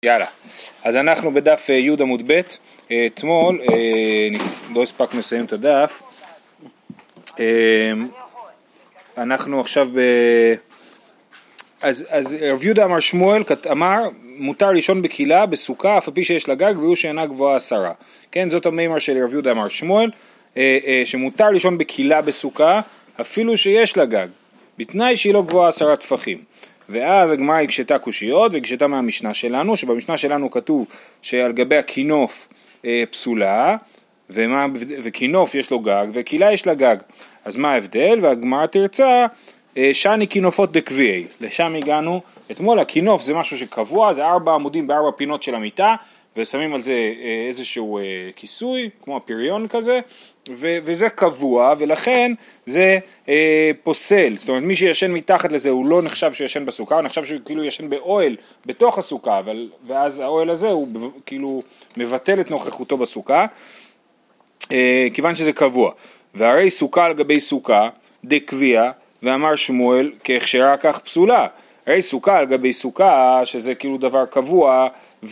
יאללה, אז אנחנו בדף י' עמוד ב', אתמול לא הספקנו לסיים את הדף, אנחנו עכשיו אז רב יהודה אמר שמואל, אמר מותר לישון בקהילה בסוכה אף על פי שיש לה גג והוא שאינה גבוהה 10. כן, זאת המימר של רב יהודה אמר שמואל, שמותר לישון בקהילה בסוכה אפילו שיש לה גג, בתנאי שהיא לא גבוהה 10 טפחים. ואז הגמרא הקשתה קושיות והקשתה מהמשנה שלנו, שבמשנה שלנו כתוב שעל גבי הכינוף פסולה, וכינוף יש לו גג וקהילה יש לה גג. אז מה ההבדל? והגמרא תרצה שני כינופות דקביעי. לשם הגענו אתמול. הכינוף זה משהו שקבוע, זה 4 עמודים ב4 פינות של המיטה, ושמים על זה איזשהו כיסוי, כמו הפריון כזה, וזה קבוע, ולכן זה פוסל. זאת אומרת, מי שישן מתחת לזה הוא לא נחשב שישן בסוכה, הוא נחשב שהוא כאילו ישן באוהל בתוך הסוכה, ואז האוהל הזה הוא כאילו מבטל את נוכחותו בסוכה, כיוון שזה קבוע. והרי סוכה על גבי סוכה, דקביע, ואמר שמואל, כהכשרה כך פסולה. הרי סוכה על גבי סוכה, שזה כאילו דבר קבוע,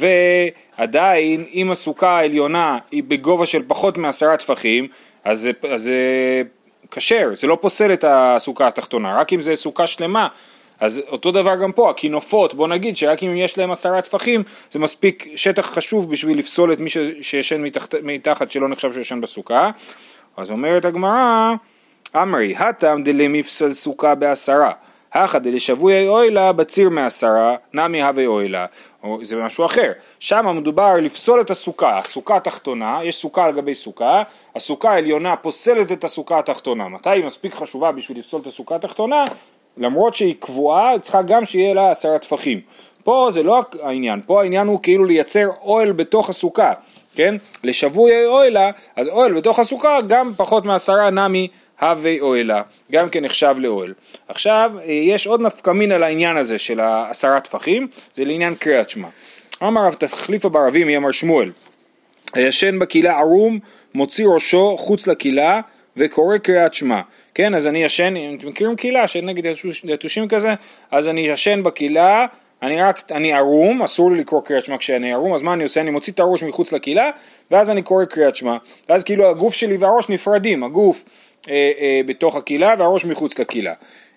ועדיין אם הסוכה העליונה היא בגובה של פחות מ10 טפחים, אז זה כשר, זה לא פוסל את הסוכה התחתונה, רק אם זה סוכה שלמה. אז אותו דבר גם פה, הכינופות, בוא נגיד שרק אם יש להם 10 טפחים, זה מספיק שטח חשוב בשביל לפסול את מי שישן מתחת שלא נחשב שישן בסוכה. אז אומרת הגמרא, אמרי, הטעם דלמפסל סוכה ב10, הכא דלשבוי אוהלה בציר מ10, נמי הווי אוהלה. זה משהו אחר. שם מדובר לפסול את הסוכה, הסוכה התחתונה, יש סוכה על גבי סוכה, הסוכה העליונה פוסלת את הסוכה התחתונה. מתי היא מספיק חשובה בשביל לפסול את הסוכה התחתונה? למרות שהיא קבועה, צריכה גם שיהיה לה 10 טפחים. פה זה לא העניין, פה העניין הוא כאילו לייצר אוהל בתוך הסוכה, כן? לשבוי אוהלה, אז אוהל בתוך הסוכה גם פחות מ10 נמי הווי אוהלה, גם כן נחשב לאוהל. עכשיו, יש עוד נפקמין על העניין הזה של 10 טפחים, זה לעניין קריאת שמע. אמר רב תחליפה ברבים, אמר שמואל, הישן בקהילה ערום, מוציא ראשו חוץ לקהילה, וקורא קריאת שמע. כן, אז אני ישן, אם אתם מכירים קהילה, שנגד יתושים כזה, אז אני ישן בקהילה, אני ערום, אסור לי לקרוא קריאת שמע כשאני ערום, אז מה אני עושה? אני מוציא את הראש מחוץ לקהילה, ואז אני קורא קריאת שמע. ואז כאילו הגוף שלי והראש נפרדים, הגוף בתוך הקהילה והראש מחוץ לקהילה.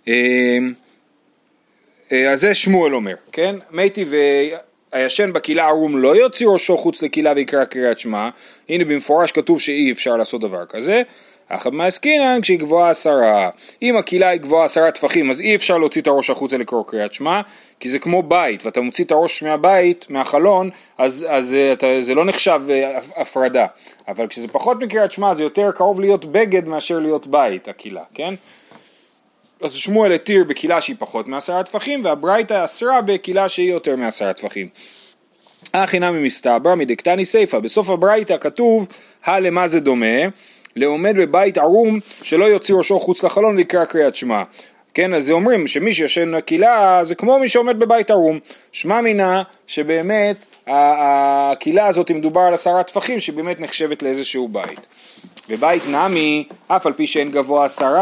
אז זה שמואל אומר, כן? מייתי והישן בקהילה ערום לא יוציא ראשו חוץ לקהילה ויקרא קריאת שמע. הנה במפורש כתוב שאי אפשר לעשות דבר כזה. אך מה עסקינן כשהיא גבוהה 10? אם הקהילה היא גבוהה 10 טפחים, אז אי אפשר להוציא את הראש החוצה לקרוא קריאת שמע, כי זה כמו בית, ואתה מוציא את הראש מהבית, מהחלון, אז זה לא נחשב הפרדה. אבל כשזה פחות מקריאת שמע, זה יותר קרוב להיות בגד מאשר להיות בית, הקהילה, כן? אז שמואל התיר בקהילה שהיא פחות מ10 טפחים, והברייתא אסרה בקהילה שהיא יותר מ10 טפחים. הכינמי מסתברא מדקתני סיפא, בסוף הברייתא כתוב, למה זה דומה? לעומד בבית ערום שלא יוציא ראשו חוץ לחלון ויקרא קריאת שמע. כן, אז זה אומרים שמי שישן בקהילה זה כמו מי שעומד בבית ערום. שמע מינה שבאמת הקהילה הזאת מדובר על 10 טפחים שבאמת נחשבת לאיזשהו בית. ובית נמי, אף על פי שאין גבוה 10,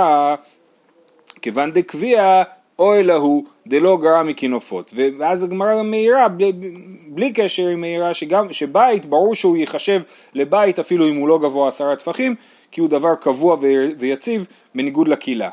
כיוון דקביע אוהלה הוא דלא גרע מכינופות. ואז הגמרא מהירה, בלי קשר עם מהירה, שבית ברור שהוא ייחשב לבית אפילו אם הוא לא גבוה 10 טפחים, כי הוא דבר קבוע ויציב בניגוד לקהילה.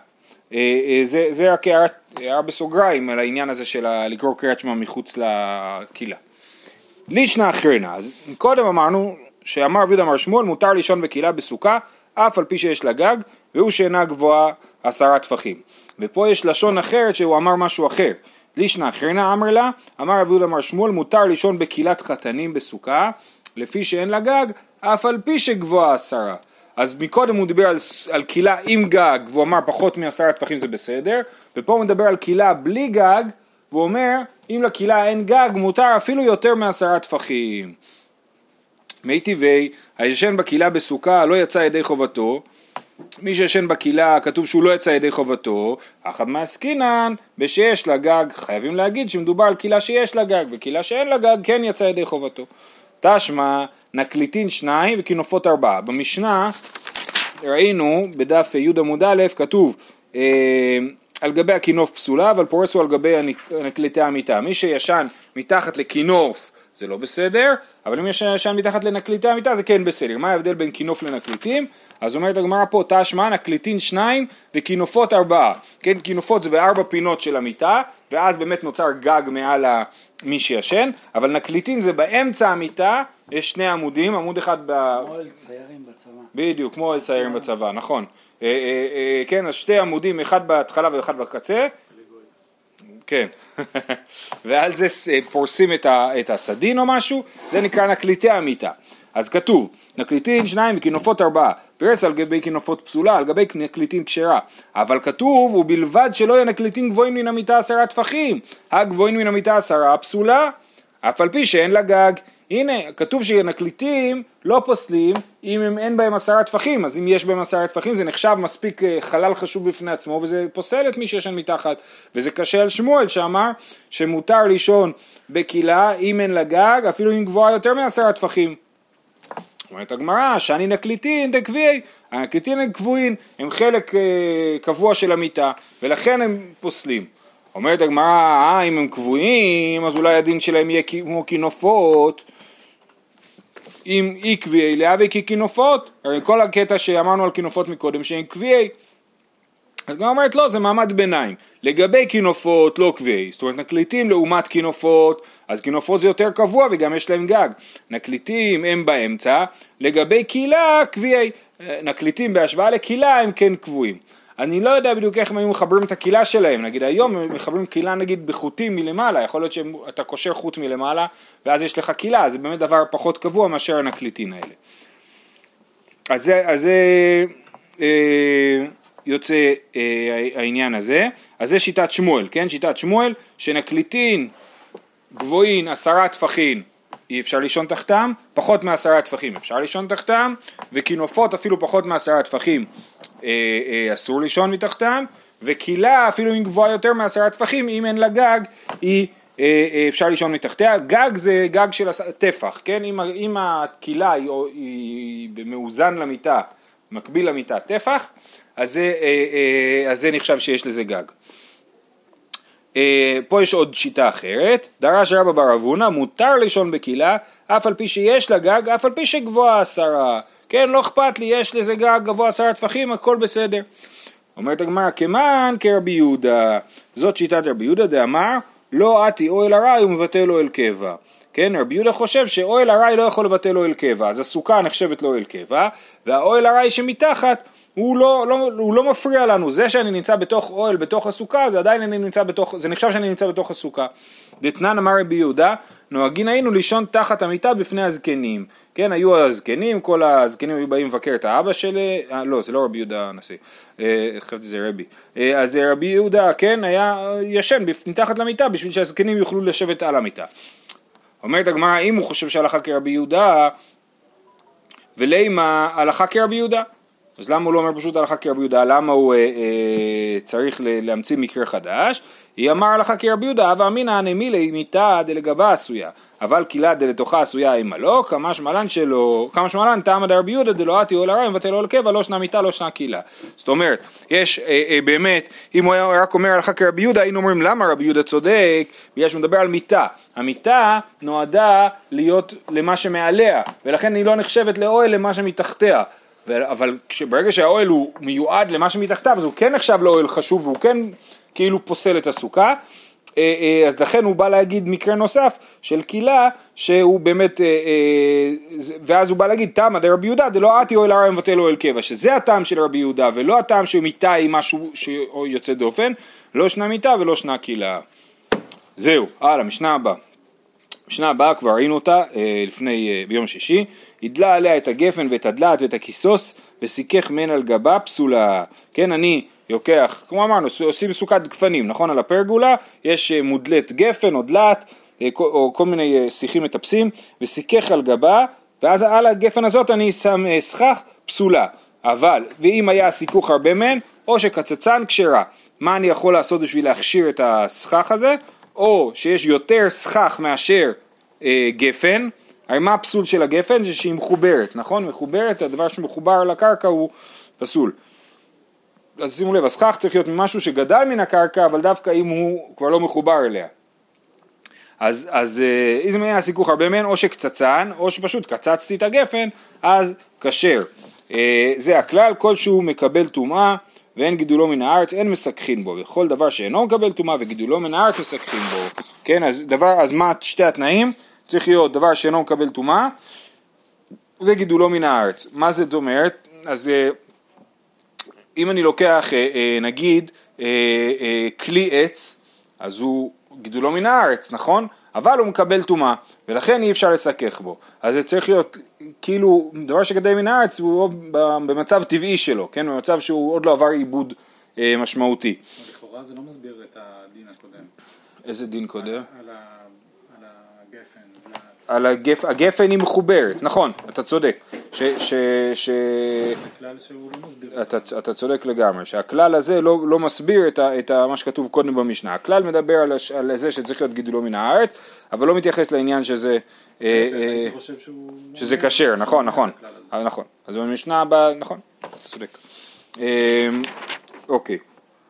זה רק הערה בסוגריים על העניין הזה של לקרוא קריאת שמע מחוץ לקהילה. לישנה אחרנה, אז קודם אמרנו שאמר רב יהודה אמר שמואל מותר לישון בקהילה בסוכה אף על פי שיש לה גג והוא שאינה גבוהה 10 טפחים. ופה יש לשון אחרת שהוא אמר משהו אחר. לישנה אחרנה אמר לה, אמר רב יהודה אמר שמואל מותר לישון בקהילת חתנים בסוכה לפי שאין לה גג אף על פי שגבוהה 10. אז מקודם הוא דיבר על קהילה עם גג, והוא אמר פחות מ10 טפחים זה בסדר, ופה הוא מדבר על קהילה בלי גג, והוא אומר, אם לקהילה אין גג, מותר אפילו יותר מ10 טפחים. מי טבעי, הישן בקהילה בסוכה לא יצא ידי חובתו, מי שישן בקהילה כתוב שהוא לא יצא ידי חובתו, אך מעסקינן בשיש לה גג, חייבים להגיד שמדובר על קהילה שיש לה גג, וקהילה שאין לה גג כן יצא ידי חובתו. תשמע, נקליטין 2 וכינופות 4. במשנה ראינו בדף י' עמוד א' כתוב על גבי הכינוף פסולה, אבל פורסו על גבי נקליטי המיטה. מי שישן מתחת לכינוף זה לא בסדר, אבל אם יש עשן מתחת לנקליטי המיטה זה כן בסדר. מה ההבדל בין כינוף לנקליטים? אז אומרת הגמרא פה, תשמע נקליטין 2 וכינופות 4. כן, כינופות זה ב4 פינות של המיטה, ואז באמת נוצר גג מעל מי שישן, אבל נקליטין זה באמצע המיטה, יש 2 עמודים, עמוד אחד כמו אל ציירים בצבא. בדיוק, כמו אל ציירים בצבא, נכון. כן, אז 2 עמודים, אחד בהתחלה ואחד בקצה. כן, ועל זה פורסים את הסדין או משהו, זה נקרא נקליטי המיטה. אז כתוב, נקליטין 2 וכינופות 4, פרס על גבי כינופות פסולה, על גבי נקליטין כשרה. אבל כתוב, ובלבד שלא יהיה נקליטין גבוהים מן המיטה 10 טפחים. הגבוהים מן המיטה 10 פסולה, אף על פי שאין לה גג. הנה, כתוב שנקליטים לא פוסלים אם אין בהם 10 טפחים, אז אם יש בהם 10 טפחים זה נחשב מספיק חלל חשוב בפני עצמו, וזה פוסל את מי שישן מתחת, וזה קשה על שמואל שאמר שמותר לישון בקילה אם אין לה גג, אפילו אם גבוהה יותר מ10 טפחים. אומרת הגמרא, שאני נקליטין תקביעי, הנקליטין הם קבועים, הם חלק קבוע של המיטה, ולכן הם פוסלים. אומרת הגמרא, אם הם קבועים, אז אולי הדין שלהם יהיה כמו כינופות, אם אי קביעי להווי ככינופות, הרי כל הקטע שאמרנו על כינופות מקודם שהם קביעי, אז גם אומרת לא, זה מעמד ביניים, לגבי כינופות לא קביעי, זאת אומרת נקליטים לעומת כינופות, אז כינופות זה יותר קבוע וגם יש להם גג, נקליטים הם באמצע, לגבי קילה קביעי, נקליטים בהשוואה לקילה הם כן קבועים. אני לא יודע בדיוק איך הם היו מחברים את הקילה שלהם, נגיד היום הם מחברים קילה נגיד בחוטים מלמעלה, יכול להיות שאתה קושר חוט מלמעלה ואז יש לך קילה, זה באמת דבר פחות קבוע מאשר הנקליטין האלה. אז זה יוצא העניין הזה, אז זה שיטת שמואל, כן? שיטת שמואל שנקליטין גבוהים 10 טפחים אי אפשר לישון תחתם, פחות מ10 טפחים אפשר לישון תחתם, וכינופות אפילו פחות מ10 טפחים אסור לישון מתחתם, וקילה אפילו אם גבוהה יותר מ10 טפחים, אם אין לה גג, אפשר לישון מתחתיה. גג זה גג של טפח, כן? אם הקילה היא במאוזן למיטה, מקביל למיטה טפח, אז זה נחשב שיש לזה גג. פה יש עוד שיטה אחרת, דרש רבא בר אבונה, מותר לישון בקילה, אף על פי שיש לה גג, אף על פי שגבוהה 10, כן, לא אכפת לי, יש לזה גג גבוה 10 טפחים, הכל בסדר. אומרת הגמרא, כמן כרבי יהודה, זאת שיטת רבי יהודה דאמר, לא עתי אוהל ארעי ומבטל אוהל קבע. כן, רבי יהודה חושב שאוהל ארעי לא יכול לבטל אוהל קבע, אז הסוכה נחשבת לאוהל קבע, והאוהל ארעי שמתחת, הוא לא מפריע לנו, זה שאני נמצא בתוך אוהל, בתוך הסוכה, זה עדיין אני נמצא בתוך, זה נחשב שאני נמצא בתוך הסוכה. דתנן אמר רבי יהודה, נוהגין היינו לישון תחת המיטה בפני הזקנים. כן, היו הזקנים, כל הזקנים היו באים לבקר את האבא שלי, לא, זה לא רבי יהודה הנשיא, חשבתי זה רבי. אז רבי יהודה, כן, היה ישן מתחת למיטה, בשביל שהזקנים יוכלו לשבת על המיטה. אומרת הגמרא, אם הוא חושב שהלכה כרבי יהודה, ולמה הלכה כרבי יהודה? אז למה הוא לא אומר פשוט הלכה כרבי יהודה? למה הוא צריך להמציא מקרה חדש? היא אמר הלכה כרבי יהודה, אבא אמינא הנמילי מיתה דלגבה עשויה, אבל קילה דלתוכה עשויה אימה לא, כמה שמלן שלו, כמה שמלן טעמא דרבי יהודה דלא עתי אוהל ארעי מבטל אוהל קבע, לא שנה מיתה לא שנה קילה. זאת אומרת, יש באמת, אם הוא היה רק אומר הלכה כרבי יהודה, היינו אומרים למה רבי יהודה צודק, בגלל שהוא מדבר על מיתה. המיטה נועדה להיות למה שמעליה, ולכן היא לא נחשבת לאוהל למה שמתחתיה. אבל ברגע שהאוהל הוא מיועד למה שמתחתיו, אז הוא כן נחשב לאוהל חשוב, והוא כן כאילו פוסל את הסוכה, אז לכן הוא בא להגיד מקרה נוסף של קילה, שהוא באמת, ואז הוא בא להגיד, תמה דרבי יהודה, דלא עתי אוהל ארעי מבטל אוהל קבע, שזה הטעם של רבי יהודה, ולא הטעם שמיטה היא משהו שיוצא דופן, לא שנה מיטה ולא שנה קילה. זהו, הלאה, משנה הבאה. משנה הבאה כבר ראינו אותה ביום שישי, הדלה עליה את הגפן ואת הדלת ואת הכיסוס וסיכך מן על גבה פסולה. כן, אני יוקח, כמו אמרנו, עושים סוכת גפנים, נכון? על הפרגולה יש מודלת גפן או דלת או כל מיני שיחים מטפסים וסיכך על גבה, ואז על הגפן הזאת אני שם סכך פסולה. אבל, ואם היה סיכוך הרבה מן, או שקצצן כשרה, מה אני יכול לעשות בשביל להכשיר את הסכך הזה? או שיש יותר סכך מאשר גפן. הרי מה הפסול של הגפן? זה שהיא מחוברת, נכון? מחוברת, הדבר שמחובר לקרקע הוא פסול. אז שימו לב, הסכך צריך להיות ממשהו שגדל מן הקרקע, אבל דווקא אם הוא כבר לא מחובר אליה. אז איזה מעניין הסיכוך הרבה מהן, או שקצצן, או שפשוט קצצתי את הגפן, אז כשר. זה הכלל, כלשהו מקבל טומאה, ואין גידולו מן הארץ, אין מסכחין בו. וכל דבר שאינו מקבל טומאה וגידולו מן הארץ מסכחין בו. כן, אז מה שתי התנאים? צריך להיות דבר שאינו מקבל טומאה, וגידולו מן הארץ. מה זה אומרת? אז אם אני לוקח נגיד כלי עץ, אז הוא גידולו מן הארץ, נכון? אבל הוא מקבל טומאה, ולכן אי אפשר לסכך בו. אז זה צריך להיות כאילו דבר שגדל מן הארץ הוא במצב טבעי שלו, כן? במצב שהוא עוד לא עבר עיבוד משמעותי. לכאורה זה לא מסביר את הדין הקודם. איזה דין קודם? על הגפן. הגפן היא מחוברת, נכון, אתה צודק. זה כלל שהוא לא מסביר. אתה צודק לגמרי, שהכלל הזה לא מסביר את מה שכתוב קודם במשנה. הכלל מדבר על זה שצריך להיות גידולו מן הארץ, אבל לא מתייחס לעניין שזה שזה כשר, נכון. אז במשנה הבאה, נכון, אתה צודק. אוקיי.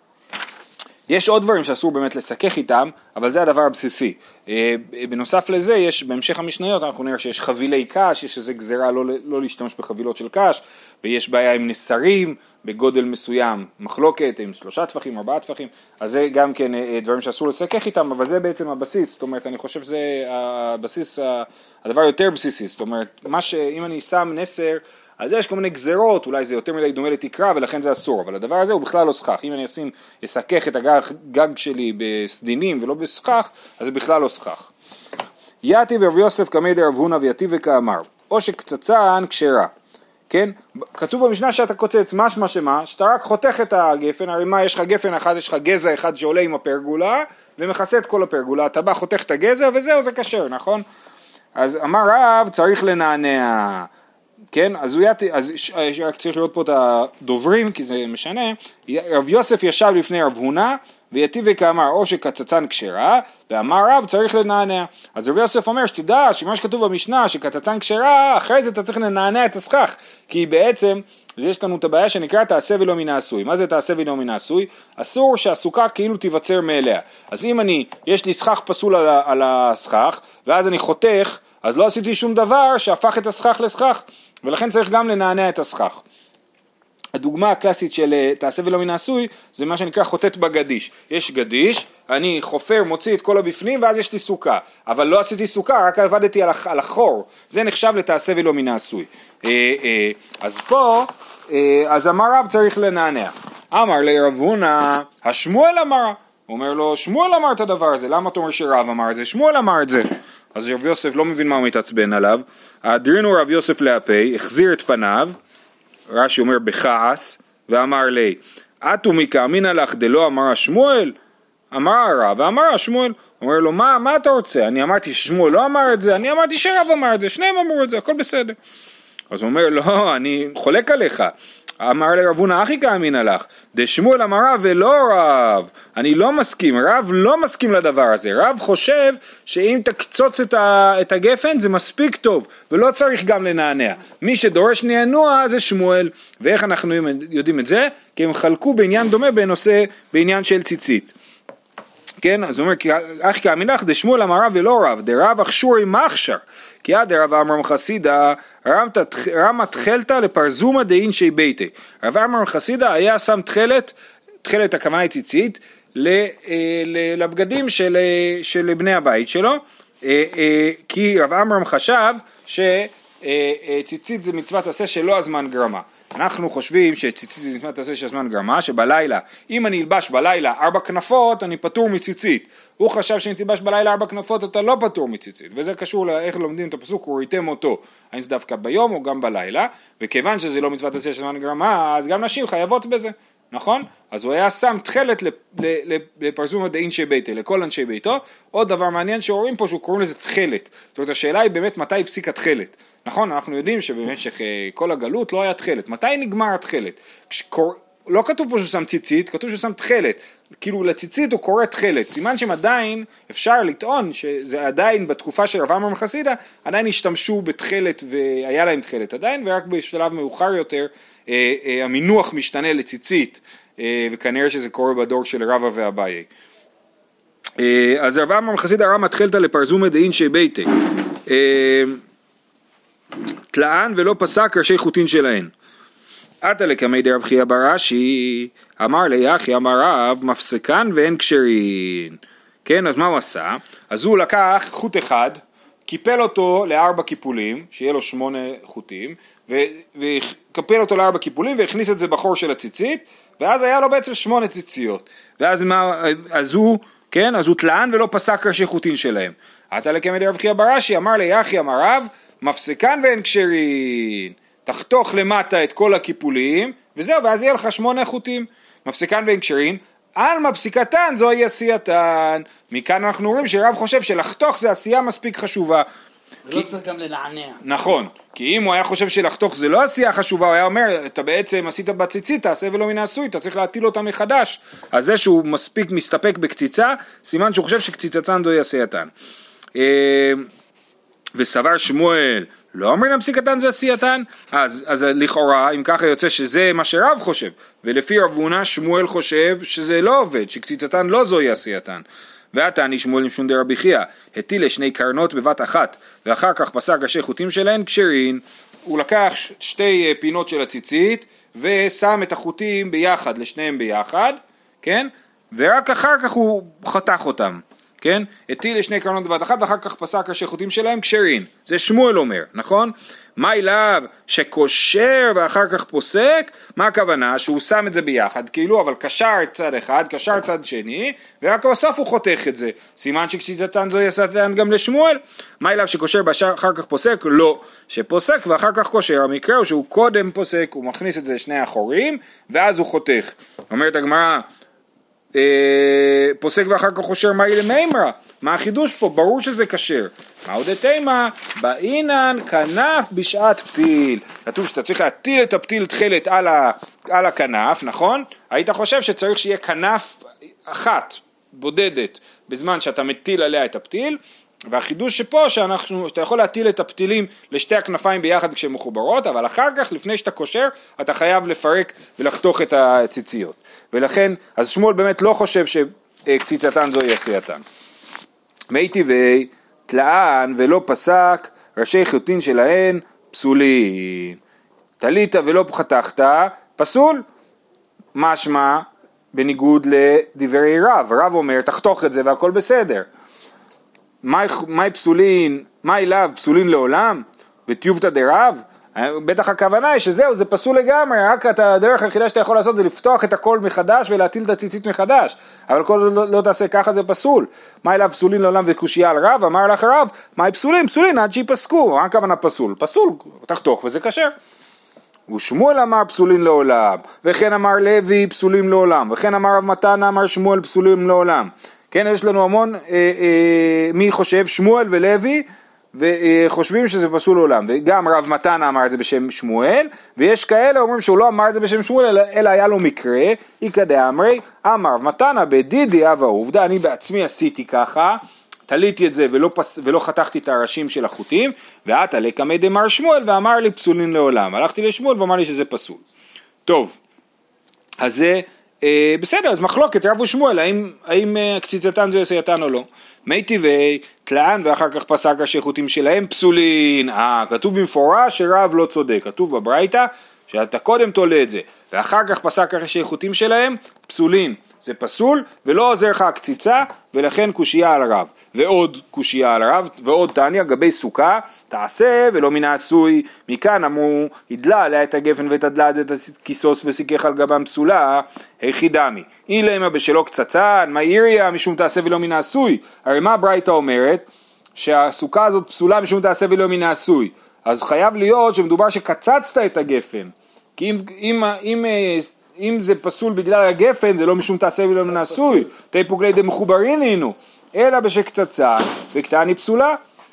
יש עוד דברים שאסור באמת לסכך איתם, אבל זה הדבר הבסיסי. בנוסף לזה, יש בהמשך המשניות, אנחנו נראה שיש חבילי קש, יש איזו גזרה לא להשתמש בחבילות של קש, ויש בעיה עם נסרים בגודל מסוים, מחלוקת עם 3 טפחים, 4 טפחים, אז זה גם כן דברים שאסור לסכך איתם, אבל זה בעצם הבסיס, זאת אומרת, אני חושב שזה הבסיס, הדבר יותר בסיסי, זאת אומרת, אם אני שם נסר, אז יש כל מיני גזרות, אולי זה יותר מדי דומה לתקרה ולכן זה אסור, אבל הדבר הזה הוא בכלל לא סכך. אם אני אסכך את הגג שלי בסדינים ולא בסכך, אז זה בכלל לא סכך. יתיב רב יוסף קמי דרב הונא ויתיב וכאמר, או שקצצן כשרה. כן? כתוב במשנה שאתה קוצץ משמע שמה, שאתה רק חותך את הגפן, הרי מה, יש לך גפן אחד, יש לך גזע אחד שעולה עם הפרגולה, ומכסה את כל הפרגולה, אתה בא חותך את הגזע וזהו, זה כשר, נכון? אז אמר רב, צריך לנענע. כן, אז רק צריך לראות פה את הדוברים, כי זה משנה. רב יוסף ישב לפני רב הונא, ויתיב וכאמר, או שקצצן כשרה, ואמר רב צריך לנענע. אז רב יוסף אומר, שתדע שמה שכתוב במשנה, שקצצן כשרה, אחרי זה אתה צריך לנענע את הסכך, כי בעצם, יש לנו את הבעיה שנקרא תעשה ולא מן העשוי. מה זה תעשה ולא מן העשוי? אסור שהסוכה כאילו תיווצר מאליה. אז אם יש לי סכך פסול על הסכך, ואז אני חותך, אז לא עשיתי שום דבר שהפך את הסכך לסכך. ולכן צריך גם לנענע את הסכך. הדוגמה הקלאסית של תעשה ולא מן העשוי, זה מה שנקרא חוטט בגדיש. יש גדיש, אני חופר, מוציא את כל הבפנים, ואז יש לי סוכה. אבל לא עשיתי סוכה, רק עבדתי על החור. זה נחשב לתעשה ולא מן העשוי. אז פה, אז אמר רב צריך לנענע. אמר לרב הונא, השמואל אמר. הוא אומר לו, שמואל אמר את הדבר הזה. למה אתה אומר שרב אמר את זה? שמואל אמר את זה. אז רב יוסף לא מבין מה הוא מתעצבן עליו. הדרינו רב יוסף להפי, החזיר את פניו, רש"י אומר בכעס, ואמר לי, אתו מקאמינא לך דלא אמר השמואל? אמר הרב, ואמר השמואל. אומר לו, מה אתה רוצה? אני אמרתי ששמואל לא אמר את זה, אני אמרתי שרב אמר את זה, שניהם אמרו את זה, הכל בסדר. אז הוא אומר, לא, אני חולק עליך. אמר לרב הונא אחי כאמינא לך, דשמואל אמר רב ולא רב. אני לא מסכים, רב לא מסכים לדבר הזה. רב חושב שאם תקצוץ את הגפן זה מספיק טוב, ולא צריך גם לנענע. מי שדורש נענוע זה שמואל. ואיך אנחנו יודעים את זה? כי הם חלקו בעניין דומה בעניין של ציצית. כן, אז הוא אומר, אחי כאמינא לך, דשמואל אמר רב ולא רב, דרב אכשורי מחשר. כי עד רב אמרם חסידה, רמת תחלתא לפרזומא דאינשי ביתי. רב אמרם חסידה היה שם תחלת הכוונה היא ציצית, לבגדים של בני הבית שלו, כי רב אמרם חשב שציצית זה מצוות עשה שלא הזמן גרמה. אנחנו חושבים שציצית זה מצוות עשה של הזמן גרמה, שבלילה, אם אני אלבש בלילה 4 כנפות, אני פטור מציצית. הוא חשב שאם תלבש בלילה 4 כנפות, אתה לא פטור מציצית. וזה קשור לאיך לומדים את הפסוק, וראיתם אותו. האם זה דווקא ביום או גם בלילה. וכיוון שזה לא מצוות עשה של הזמן גרמה, אז גם נשים חייבות בזה. נכון? אז הוא היה שם תחלת לפרזומא דאינשי ביתי, לכל אנשי ביתו. עוד דבר מעניין שרואים פה שהוא קוראים לזה תחלת. זאת אומרת, השאלה היא באמת מתי הפסיק התחלת. נכון, אנחנו יודעים שבמשך כל הגלות לא היה תחלת. מתי נגמר התחלת? לא כתוב פה שהוא שם ציצית, כתוב שהוא שם תחלת. כאילו לציצית הוא קורא תחלת. סימן שהם עדיין, אפשר לטעון שזה עדיין בתקופה של רב אמרם חסידה, עדיין השתמשו בתחלת והיה להם תחלת עדיין, ורק בשלב מאוחר יותר המינוח משתנה לציצית, וכנראה שזה קורה בדור של רבא ואביי. אז רב אמר חסיד הרם מתחילתא לפרזומא דאין שביתה, תלאן ולא פסק ראשי חוטין שלהן. עתה לקמי דרב חייא בר אשי, אמר ליחי אמר רב מפסקן ואין כשרין. כן, אז מה הוא עשה? אז הוא לקח חוט אחד, קיפל אותו ל4 קיפולים, שיהיה לו 8 חוטים, וקפל אותו ל4 קיפולים והכניס את זה בחור של הציצית, ואז היה לו בעצם 8 ציציות. ואז אז הוא, כן, אז הוא תלאן ולא פסק ראשי חוטין שלהם. עתה לקמי דרב חייא בר אשי, אמר ליחי אמר רב מפסקן ואין כשרין. תחתוך למטה את כל הקיפולים, וזהו, ואז יהיה לך 8 חוטים. מפסקן ואין כשרין, עלמא פסיקתן זוהי עשייתן. מכאן אנחנו רואים שרב חושב שלחתוך זה עשייה מספיק חשובה. ולא צריך גם לנענע. נכון, כי אם הוא היה חושב שלחתוך זה לא עשייה חשובה, הוא היה אומר, אתה בעצם עשית בציצית, תעשה ולא מן העשוי, אתה צריך להטיל אותה מחדש. אז זה שהוא מסתפק בקציצה, סימן שהוא חושב שקציצתן זוהי עשייתן. וסבר שמואל, לא אומרים פסיקתן זה עשייתן, אז לכאורה, אם ככה יוצא שזה מה שרב חושב, ולפי רב הונא שמואל חושב שזה לא עובד, שקציצתן לא זוהי עשייתן. ועתני שמואל משום דרבי חייא, הטיל לשני קרנות בבת אחת, ואחר כך פסק ראשי חוטים שלהן כשרין. הוא לקח 2 פינות של הציצית, ושם את החוטים ביחד, לשניהם ביחד, כן? ורק אחר כך הוא חתך אותם. כן? הטיל לשני קרנות בבת אחת ואחר כך פסק ראשי חוטים שלהם כשרין. זה שמואל אומר, נכון? מה אליו שקושר ואחר כך פוסק? מה הכוונה? שהוא שם את זה ביחד, כאילו, אבל קשר צד אחד, קשר צד שני, ורק בסוף הוא חותך את זה. סימן שקציצתן זוהי עשייתן גם לשמואל. מה אליו שקושר ואחר כך פוסק? לא. שפוסק ואחר כך קושר. המקרה הוא שהוא קודם פוסק, הוא מכניס את זה לשני האחורים, ואז הוא חותך. אומרת הגמרא, פוסק ואחר כך חושר מהי למימרה. מה החידוש פה? ברור שזה כשר. מה עוד התימה? באינן כנף בשעת פתיל. כתוב שאתה צריך להטיל את הפתיל תחילת על הכנף, נכון? היית חושב שצריך שיהיה כנף אחת בודדת בזמן שאתה מטיל עליה את הפתיל, והחידוש שפה שאתה יכול להטיל את הפתילים לשתי הכנפיים ביחד כשהן מחוברות, אבל אחר כך לפני שאתה קושר אתה חייב לפרק ולחתוך את הציציות. ולכן אז שמואל באמת לא חושב שקציצתן זוהי עשייתן. מי טבעי תלאן ולא פסק ראשי חוטין שלהן פסולין. תלית ולא חתכת פסול. משמע בניגוד לדברי רב. רב אומר תחתוך את זה והכל בסדר. מהי פסולין, מה אליו פסולין לעולם וטיובתא דרב? בטח הכוונה היא שזהו, זה פסול לגמרי, רק הדרך היחידה שאתה יכול לעשות זה לפתוח את הכל מחדש ולהטיל את הציצית מחדש, אבל כל לא תעשה ככה זה פסול. מה אליו פסולין לעולם וקושיה על רב? אמר לך רב, מהי פסולין? פסולין עד שיפסקו. מה הכוונה פסול? פסול, תחתוך וזה כשר. ושמואל אמר פסולין לעולם, וכן אמר לוי פסולים לעולם, וכן אמר רב מתנה אמר שמואל פסולים לעולם. כן, יש לנו המון, מי חושב? שמואל ולוי, וחושבים שזה פסול לעולם, וגם רב מתנה אמר את זה בשם שמואל, ויש כאלה אומרים שהוא לא אמר את זה בשם שמואל, אלא היה לו מקרה, איקא דאמרי, אמר רב מתנה בדידי אבא עובדה, אני בעצמי עשיתי ככה, תליתי את זה ולא חתכתי את הראשים של החוטים, ועתה לקמי דמר שמואל ואמר לי פסולין לעולם, הלכתי לשמואל ואמר לי שזה פסול. טוב, אז זה בסדר, אז מחלוקת רב ושמואל, האם קציצתן זו עשייתן או לא. מי טבעי תלאן ואחר כך פסק ראשי חוטים שלהם פסולין. כתוב במפורש שרב לא צודק, כתוב בברייתא שאתה קודם תולה את זה ואחר כך פסק ראשי חוטים שלהם פסולין. זה פסול ולא עוזר לך הקציצה, ולכן קושיה על הרב. ועוד קושיה על הרב, ועוד תניא גבי סוכה, תעשה ולא מן העשוי. מכאן אמרו, הדלה עליה את הגפן ותדלה את הכיסוס וסיכך על גבם פסולה, היחידמי. אילמה בשלו קצצן, מה עיריה משום תעשה ולא מן העשוי. הרי מה ברייתא אומרת? שהסוכה הזאת פסולה משום תעשה ולא מן העשוי. אז חייב להיות שמדובר שקצצת את הגפן. כי אם זה פסול בגלל הגפן, זה לא משום תעשה ולא מן העשוי. תהי פוגלי דמחוברין הינו. אלא בשקצצה, וקטני פסולה.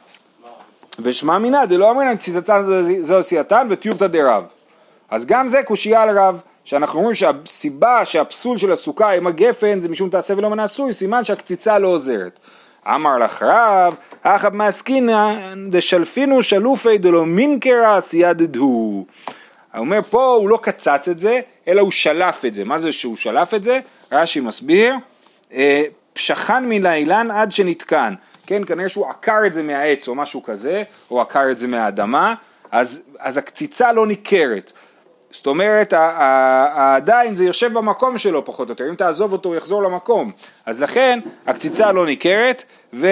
ושמע מינה, דלא אמרינן קציצתן זו עשייתן וטיובתא דרב. אז גם זה קושיה על רב, שאנחנו אומרים שהסיבה שהפסול של הסוכה עם הגפן זה משום תעשה ולא מן העשוי, סימן שהקציצה לא עוזרת. אמר לך רב, אחב מעסקינא דשלפינו שלופי דלא מינקרא סיידדהו. הוא אומר פה הוא לא קצץ את זה, אלא הוא שלף את זה. מה זה שהוא שלף את זה? רש"י מסביר, פשחן מן האילן עד שנתקן, כן, כנראה שהוא עקר את זה מהעץ או משהו כזה, או עקר את זה מהאדמה, אז הקציצה לא ניכרת. זאת אומרת, עדיין זה יושב במקום שלו פחות או יותר, אם תעזוב אותו הוא יחזור למקום, אז לכן הקציצה לא ניכרת,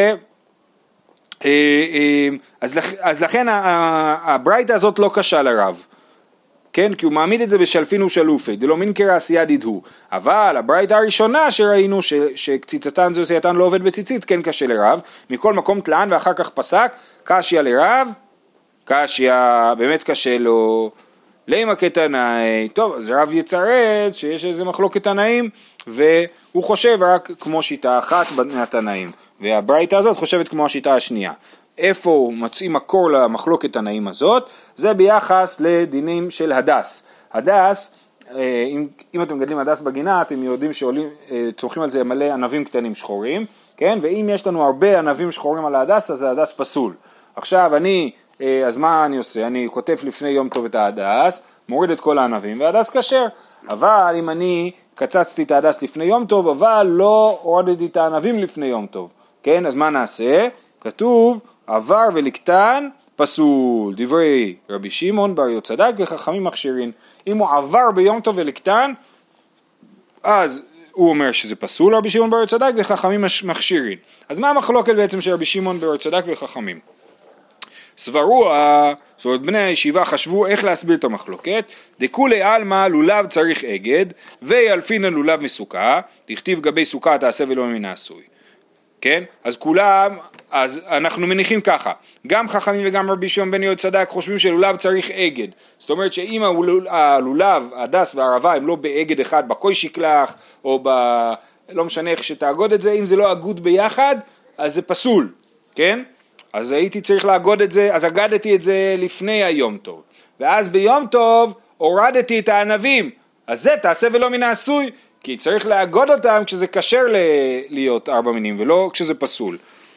אז לכן הברייתא הזאת לא קשה לרב, כן, כי הוא מעמיד את זה בשלפין ושלופי, דלא מנקר עשייה דידהו, אבל הברייתא הראשונה שראינו שקציצתן זו עשייתן לא עובד בציצית, כן קשה לרב, מכל מקום תלן ואחר כך פסק, קשיא לרב, קשיא באמת קשה לו, לימה כתנאי, טוב, אז רב יצרץ שיש איזה מחלוקת תנאים, והוא חושב רק כמו שיטה אחת מהתנאים, והברייתא הזאת חושבת כמו השיטה השנייה. איפה הוא מציא מקור למחלוקת תנאים הזאת? זה ביחס לדינים של הדס. הדס, אם אתם מגדלים הדס בגינה, אתם יודעים צומחים על זה מלא ענבים קטנים שחורים, כן? ואם יש לנו הרבה ענבים שחורים על ההדס, אז ההדס פסול. עכשיו אז מה אני עושה? אני כותב לפני יום טוב את ההדס, מוריד את כל הענבים, וההדס כשר. אבל אם אני קצצתי את ההדס לפני יום טוב, אבל לא הורדתי את הענבים לפני יום טוב, כן? אז מה נעשה? כתוב, עבר ולקטן פסול, דברי רבי שמעון בר יהוצדק וחכמים מכשירין. אם הוא עבר ביום טוב ולקטן, אז הוא אומר שזה פסול, רבי שמעון בר יהוצדק וחכמים מכשירין. אז מה המחלוקת בעצם של רבי שמעון בר יהוצדק וחכמים? סברו, זאת אומרת בני הישיבה חשבו איך להסביר את המחלוקת, דכולי עלמא לולב צריך אגד, וילפין לולב מסוכה, תכתיב גבי סוכה תעשה ולא מן העשוי. כן? אז אנחנו מניחים ככה, גם חכמים וגם רבי שמעון בן יהוצדק חושבים שלולב צריך אגד, זאת אומרת שאם הלולב, הדס והערבה הם לא באגד אחד, בקוי שקלח, או לא משנה איך שתאגוד את זה, אם זה לא אגוד ביחד, אז זה פסול, כן? אז הייתי צריך לאגוד את זה, אז אגדתי את זה לפני היום טוב, ואז ביום טוב הורדתי את הענבים, אז זה תעשה ולא מן העשוי, כי צריך לאגוד אותם כשזה קשר להיות 4 מינים, ולא כשזה פסול.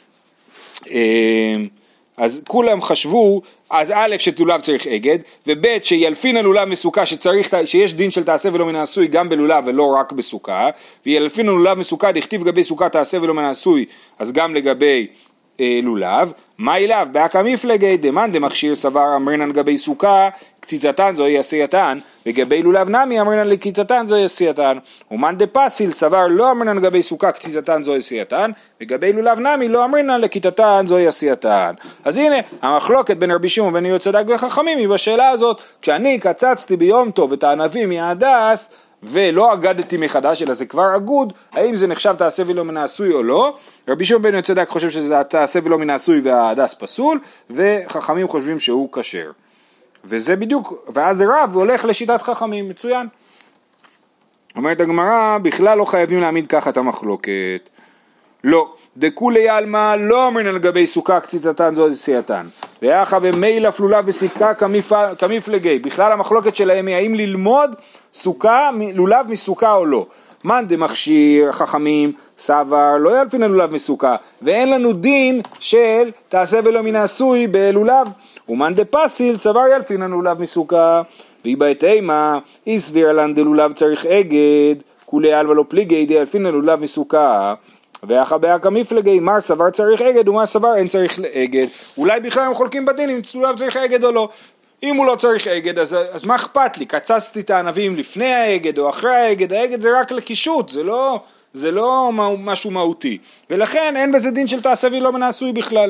אז כולם חשבו, אז א' שלולב צריך אגד, וב' שילפין הלולב מסוכה שיש דין של תעשה ולא מן העשוי גם בלולב ולא רק בסוכה, וילפין הלולב מסוכה דכתיב גבי סוכה תעשה ולא מן העשוי, אז גם לגבי לולב. מה אליו? באקא מפלגי דמאן דמכשיר סבר אמרינן גבי סוכה קציצתן זוהי עשייתן, וגבי לולב נמי אמרינן לכיתתן זוהי עשייתן, ומאן דפסיל סבר לא אמרינן גבי סוכה קציצתן זוהי עשייתן, וגבי לולב נמי לא אמרינן לכיתתן זוהי עשייתן. אז הנה המחלוקת בין רבי שמעון בן יהוצדק וחכמים היא בשאלה הזאת, כשאני קצצתי ביום טוב את הענבים מההדס ולא אגדתי מחדש אלא זה כבר אגוד, האם זה נחשב תעשה ולא מן העשוי או לא? רבי שמעון בן יהוצדק חושב שזה תעשה ולא מן העשוי וההדס פסול, וחכמים חושבים שהוא כשר. וזה בדיוק, ואז רב הולך לשיטת חכמים, מצוין. אומרת הגמרא, בכלל לא חייבים להעמיד ככה את המחלוקת. לא, דכולי עלמא לא אומרים על גבי סוכה קציצתן זו עשייתן. ואחא ומילא פלולה וסיכה כמפלגי. בכלל המחלוקת שלהם היא האם ללמוד לולב מסוכה או לא. מאן דמכשיר חכמים סבר לא ילפין לולב מסוכה, ואין לנו דין של תעשה ולא מן העשוי בלולב. ומאן דפסיל סבר ילפין לולב מסוכה, והיא בהתאמה הסביר לן דלולב צריך אגד, כולי עלמא לא פליגי דילפין לולב מסוכה, ואחא באקא מפלגי מר סבר צריך אגד ומר סבר אין צריך אגד. אולי בכלל הם חולקים בדין אם לולב צריך אגד או לא. אם הוא לא צריך אגד, אז מה אכפת לי? קצצתי את הענבים לפני האגד או אחרי האגד, האגד זה רק לקישוט, זה לא משהו מהותי. ולכן אין בזה דין של תעשה ולא מן העשוי בכלל.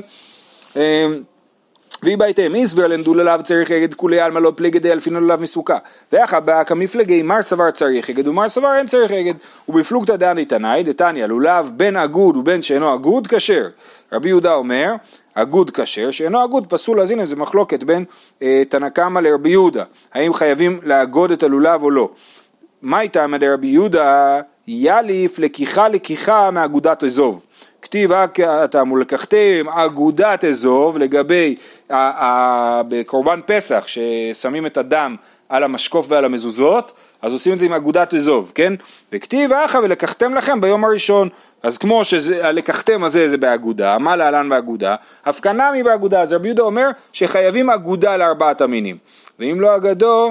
והיא בהתאם, הסביר לן דולב צריך אגד כולי עלמא לא פליגי דילפין לולב מסוכה. ואחא באקא מפלגי מר סבר צריך אגד ומר סבר אין צריך אגד. ובפלוגתא דני תנאי דתניא לולב בין אגוד ובין שאינו אגוד כשר. רבי יהודה אומר אגוד כשר, שאינו אגוד פסול. אז הנה זה מחלוקת בין תנא קמא לרבי יהודה, האם חייבים לאגוד את הלולב או לא. מה איתה רבי יהודה? יליף לקיחה מאגודת אזוב. כתיב אתם ולקחתם אגודת אזוב, לגבי בקורבן פסח ששמים את הדם על המשקוף ועל המזוזות, אז עושים את זה עם אגודת אזוב, כן? וכתיב אחא ולקחתם לכם ביום הראשון. אז כמו שלקחתם הזה זה באגודה, מה להלן באגודה? הפקנה מבאגודה. אז רבי יהודה אומר שחייבים אגודה לארבעת המינים. ואם לא אגדו,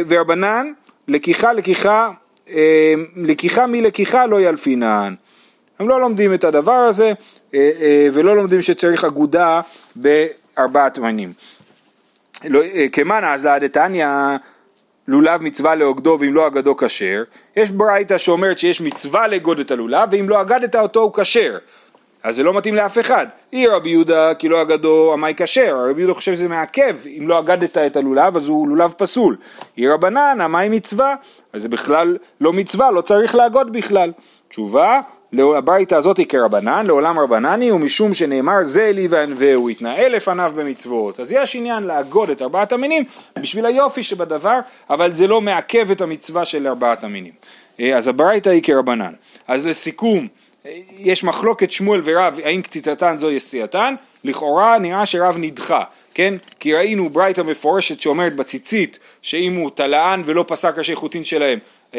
ורבנן, לקיחה מלקיחה לא ילפינן. הם לא לומדים את הדבר הזה, ולא לומדים שצריך אגודה בארבעת מינים. כמן אז לעדתניא, לולב מצווה לאוגדו ואם לא אגדו כשר. יש ברייתא שאומרת שיש מצווה לאגוד את הלולב, ואם לא אגדת אותו הוא כשר. אז זה לא מתאים לאף אחד. רבי יהודה כי לא אגדו עמי כשר, רבי יהודה חושב שזה מעכב, אם לא אגדת את הלולב אז הוא לולב פסול. רבנן עמי מצווה, אז זה בכלל לא מצווה, לא צריך לאגוד בכלל. תשובה, הברייתא הזאת היא כרבנן, לעולם רבנני, ומשום שנאמר זה לי והוא יתנהל לפניו במצוות. אז יש עניין לאגוד את ארבעת המינים בשביל היופי שבדבר, אבל זה לא מעכב את המצווה של ארבעת המינים. אז הברייתא היא כרבנן. אז לסיכום, יש מחלוקת שמואל ורב, האם קציצתן זו יסיעתן? לכאורה נראה שרב נדחה, כן? כי ראינו ברייתא מפורשת שאומרת בציצית, שאם הוא תלען ולא פסק ראשי חוטין שלהם,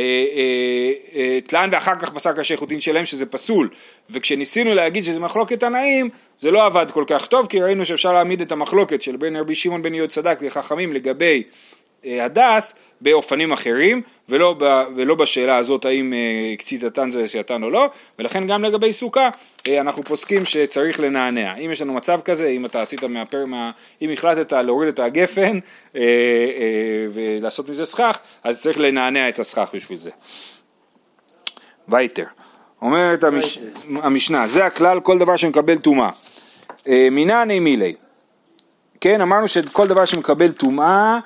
תלען ואחר כך פסק ראשי חוטין שלהם שזה פסול, וכשניסינו להגיד שזה מחלוקת תנאים, זה לא עבד כל כך טוב, כי ראינו שאפשר להעמיד את המחלוקת של בין רבי שמעון בן יהודה צדק וחכמים לגבי הדס באופנים אחרים, ולא בשאלה הזאת האם קציצתן זו יסיעתן או לא, ולכן גם לגבי סוכה אנחנו פוסקים שצריך לנענע. אם יש לנו מצב כזה, אם אתה עשית אם החלטת להוריד את הגפן ולעשות מזה סכך, אז צריך לנענע את הסכך בשביל זה. וייטר, אומרת המשנה, זה הכלל, כל דבר שמקבל טומאה. מינני מילי. כן, אמרנו שכל דבר שמקבל טומאה,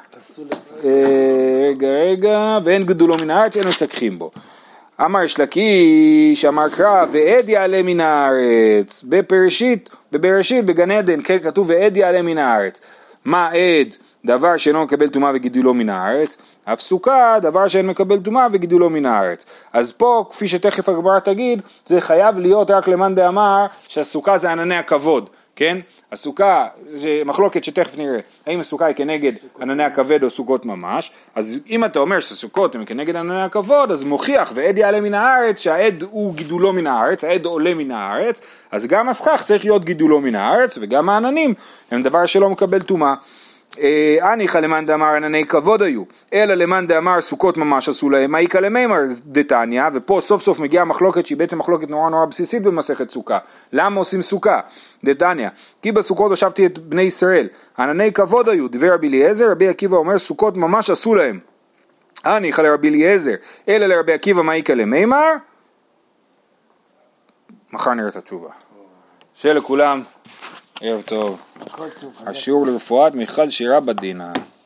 רגע, ואין גדולו מן הארץ, אין מסככים בו. אמר שלקיש, אמר קרא, ועד יעלה מן הארץ. בבראשית, בגן עדן, כן, כתוב ועד יעלה מן הארץ. מה עד? דבר שאינו מקבל טומאה וגידולו מן הארץ. אף סוכה, דבר שאין מקבל טומאה וגידולו מן הארץ. אז פה, כפי שתכף הגמרא תגיד, זה חייב להיות רק למאן דאמר שהסוכה זה ענני הכבוד. כן? הסוכה, זה מחלוקת שתכף נראה, האם הסוכה היא כנגד ענני הכבד או סוכות ממש, אז אם אתה אומר שסוכות הן כנגד ענני הכבוד, אז מוכיח ועד יעלה מן הארץ, שהעד הוא גידולו מן הארץ, העד עולה מן הארץ, אז גם הסכך צריך להיות גידולו מן הארץ, וגם העננים הם דבר שלא מקבל טומאה. אניחא למאן דאמר ענני כבוד היו, אלא למאן דאמר סוכות ממש עשו להם, מה יקא למימר דתניא, ופה סוף סוף מגיעה מחלוקת שהיא בעצם מחלוקת נורא בסיסית במסכת סוכה. למה עושים סוכה? דתניא, כי בסוכות הושבתי את בני ישראל, ענני כבוד היו, דבר רבי אליעזר, רבי עקיבא אומר סוכות ממש עשו להם. אניחא לרבי אליעזר, אלא לרבי עקיבא מה יקא למימר? מחר נראה את התשובה. שיהיה לכולם ערב טוב. השיעור לרפואת מיכל שירה בדינה.